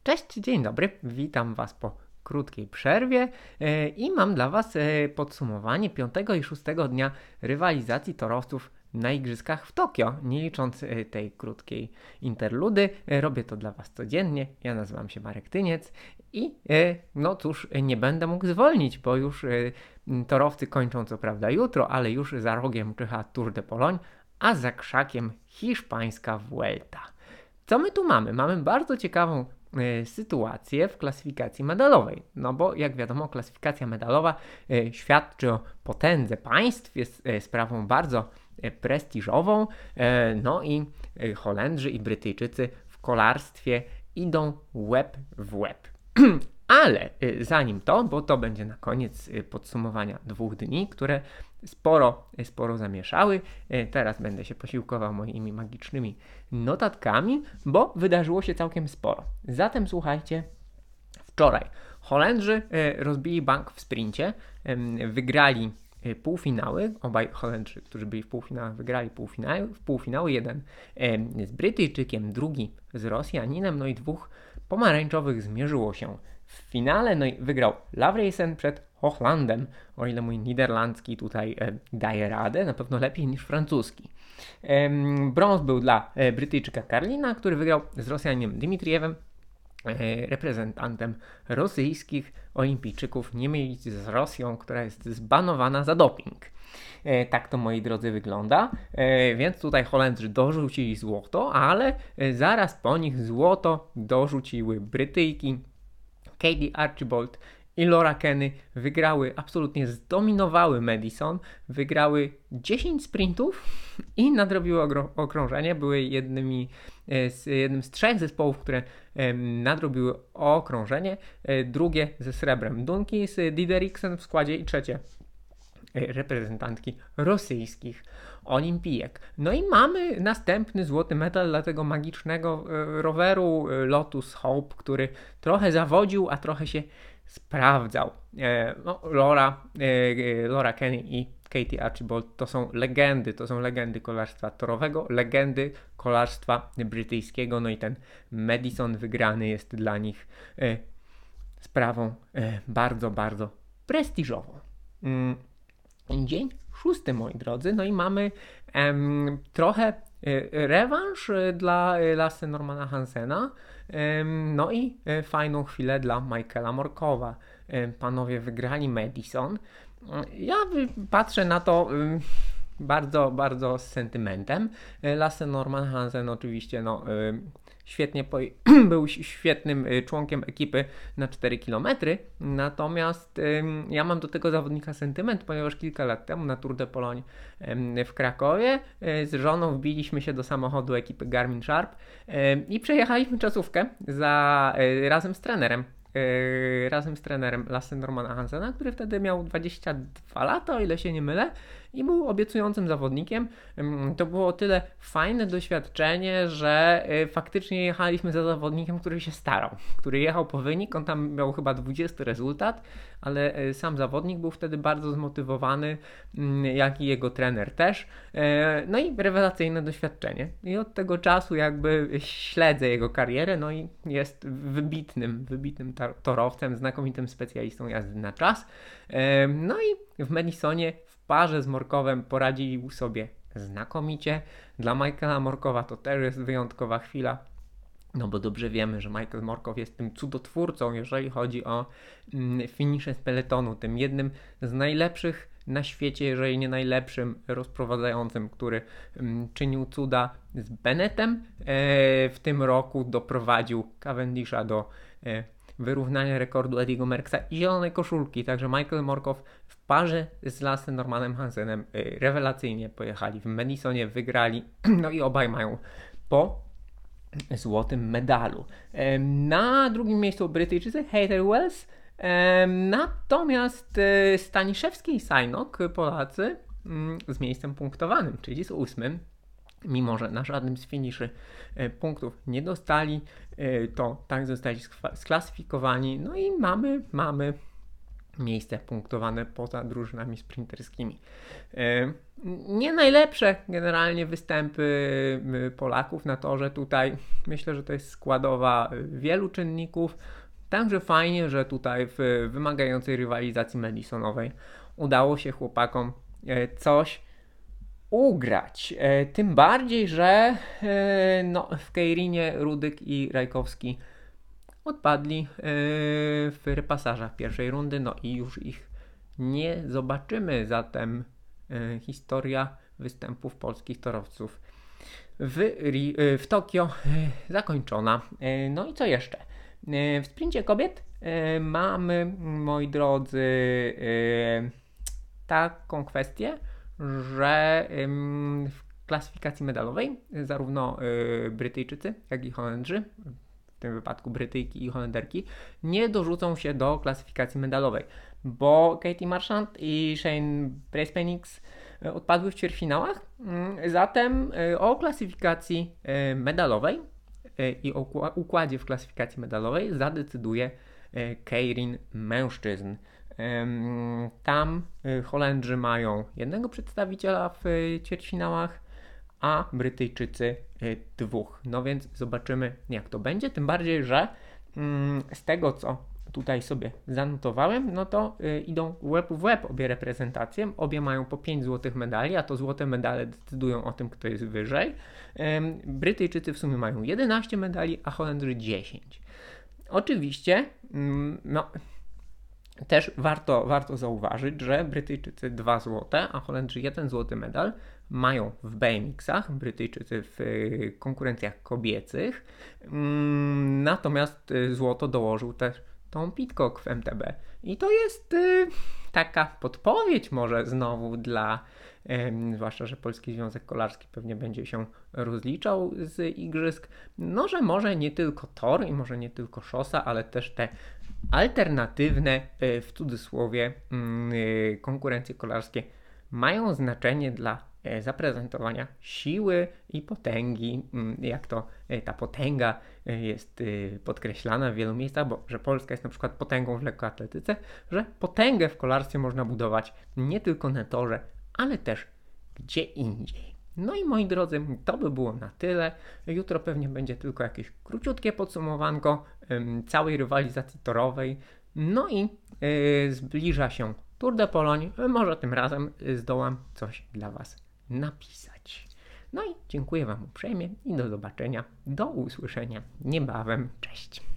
Cześć, dzień dobry, witam Was po krótkiej przerwie i mam dla Was podsumowanie 5. i 6. dnia rywalizacji torowców na Igrzyskach w Tokio, nie licząc tej krótkiej interludy. Robię to dla Was codziennie, ja nazywam się Marek Tyniec i no cóż, nie będę mógł zwolnić, bo już torowcy kończą co prawda jutro, ale już za rogiem czyha Tour de Pologne, a za krzakiem hiszpańska Vuelta. Co my tu mamy? Mamy bardzo ciekawą sytuację w klasyfikacji medalowej. No bo jak wiadomo, klasyfikacja medalowa świadczy o potędze państw, jest sprawą bardzo prestiżową. No i Holendrzy i Brytyjczycy w kolarstwie idą łeb w łeb. Ale zanim to, bo to będzie na koniec podsumowania 2 dni, które sporo zamieszały. Teraz będę się posiłkował moimi magicznymi notatkami, bo wydarzyło się całkiem sporo. Zatem słuchajcie, wczoraj Holendrzy rozbili bank w sprincie, wygrali półfinały. Obaj Holendrzy, którzy byli w półfinałach, wygrali półfinały. Jeden z Brytyjczykiem, drugi z Rosjaninem, no i 2 pomarańczowych zmierzyło się w finale, no i wygrał Lavreysen przed Hochlandem, o ile mój niderlandzki tutaj daje radę, na pewno lepiej niż francuski. Brąz był dla Brytyjczyka Karlina, który wygrał z Rosjaninem Dmitriewem, reprezentantem rosyjskich olimpijczyków, nie mylić z Rosją, która jest zbanowana za doping. Tak to, moi drodzy, wygląda. Więc tutaj Holendrzy dorzucili złoto, ale zaraz po nich złoto dorzuciły Brytyjki. Katie Archibald i Laura Kenny wygrały, absolutnie zdominowały Madison, wygrały 10 sprintów i nadrobiły okrążenie. Były jednym z 3 zespołów, które nadrobiły okrążenie. Drugie ze srebrem Dunki z Dideriksen w składzie i trzecie reprezentantki rosyjskich olimpijek. No i mamy następny złoty medal dla tego magicznego roweru Lotus Hope, który trochę zawodził, a trochę się sprawdzał. Laura Kenny i Katie Archibald to są legendy kolarstwa torowego, legendy kolarstwa brytyjskiego, no i ten Madison wygrany jest dla nich sprawą bardzo prestiżową. Dzień 6, moi drodzy, no i mamy trochę rewanż dla Lasse Normana Hansena, no i fajną chwilę dla Michaela Morkowa. Panowie wygrali Madison. Ja patrzę na to bardzo z sentymentem. Lasse Norman Hansen oczywiście był świetnym członkiem ekipy na 4 km, natomiast ja mam do tego zawodnika sentyment, ponieważ kilka lat temu na Tour de Pologne w Krakowie z żoną wbiliśmy się do samochodu ekipy Garmin Sharp i przejechaliśmy czasówkę razem z trenerem Lasse Normana Hansena, który wtedy miał 22 lata, o ile się nie mylę, i był obiecującym zawodnikiem. To było o tyle fajne doświadczenie, że faktycznie jechaliśmy za zawodnikiem, który się starał, który jechał po wynik, on tam miał chyba 20 rezultat, ale sam zawodnik był wtedy bardzo zmotywowany, jak i jego trener też. No i rewelacyjne doświadczenie. I od tego czasu jakby śledzę jego karierę, no i jest wybitnym torowcem, znakomitym specjalistą jazdy na czas. No i w Madisonie w parze z Morkowem poradził sobie znakomicie. Dla Michaela Morkowa to też jest wyjątkowa chwila, no bo dobrze wiemy, że Michael Morkow jest tym cudotwórcą, jeżeli chodzi o finisze z peletonu, tym jednym z najlepszych na świecie, jeżeli nie najlepszym rozprowadzającym, który czynił cuda z Bennettem. W tym roku doprowadził Cavendisha do wyrównania rekordu Ediego Merckxa i zielonej koszulki, także Michael Morkow w parze z Lasse Normanem Hansenem rewelacyjnie pojechali w Madisonie, wygrali, no i obaj mają po złotym medalu. Na drugim miejscu Brytyjczycy Heather Wells, natomiast Staniszewski i Sajnok, Polacy, z miejscem punktowanym, czyli z 8. Mimo że na żadnym z finiszy punktów nie dostali, to tak zostali sklasyfikowani. No i mamy miejsce punktowane poza drużynami sprinterskimi. Nie najlepsze generalnie występy Polaków na torze tutaj. Myślę, że to jest składowa wielu czynników. Także fajnie, że tutaj w wymagającej rywalizacji Madisonowej udało się chłopakom coś ugrać. Tym bardziej, że w Kejrinie Rudyk i Rajkowski odpadli w repasażach pierwszej rundy, no i już ich nie zobaczymy. Zatem historia występów polskich torowców w Tokio zakończona. No i co jeszcze? W sprincie kobiet mamy, moi drodzy, taką kwestię, że w klasyfikacji medalowej zarówno Brytyjczycy, jak i Holendrzy, w tym wypadku Brytyjki i Holenderki, nie dorzucą się do klasyfikacji medalowej, bo Katie Marchant i Shane Prespeniks odpadły w ćwierćfinałach. Zatem o klasyfikacji medalowej i o układzie w klasyfikacji medalowej zadecyduje Keirin mężczyzn. Tam Holendrzy mają jednego przedstawiciela w ćwierćfinałach, a Brytyjczycy dwóch. No więc zobaczymy, jak to będzie. Tym bardziej, że z tego, co tutaj sobie zanotowałem, no to idą łeb w łeb obie reprezentacje. Obie mają po 5 złotych medali, a to złote medale decydują o tym, kto jest wyżej. Brytyjczycy w sumie mają 11 medali, a Holendrzy 10. Oczywiście, też warto zauważyć, że Brytyjczycy 2 złote, a Holendrzy 1 złoty medal mają w BMX-ach, Brytyjczycy w konkurencjach kobiecych. Natomiast złoto dołożył też Tom Pidcock w MTB. I to jest taka podpowiedź może znowu dla, zwłaszcza, że Polski Związek Kolarski pewnie będzie się rozliczał z igrzysk, no że może nie tylko tor i może nie tylko szosa, ale też te alternatywne, w cudzysłowie, konkurencje kolarskie mają znaczenie dla zaprezentowania siły i potęgi, jak to ta potęga jest podkreślana w wielu miejscach, bo że Polska jest na przykład potęgą w lekkoatletyce, że potęgę w kolarstwie można budować nie tylko na torze, ale też gdzie indziej. No i moi drodzy, to by było na tyle. Jutro pewnie będzie tylko jakieś króciutkie podsumowanko całej rywalizacji torowej. No i zbliża się Tour de Pologne. Może tym razem zdołam coś dla Was napisać. No i dziękuję Wam uprzejmie i do zobaczenia, do usłyszenia niebawem. Cześć!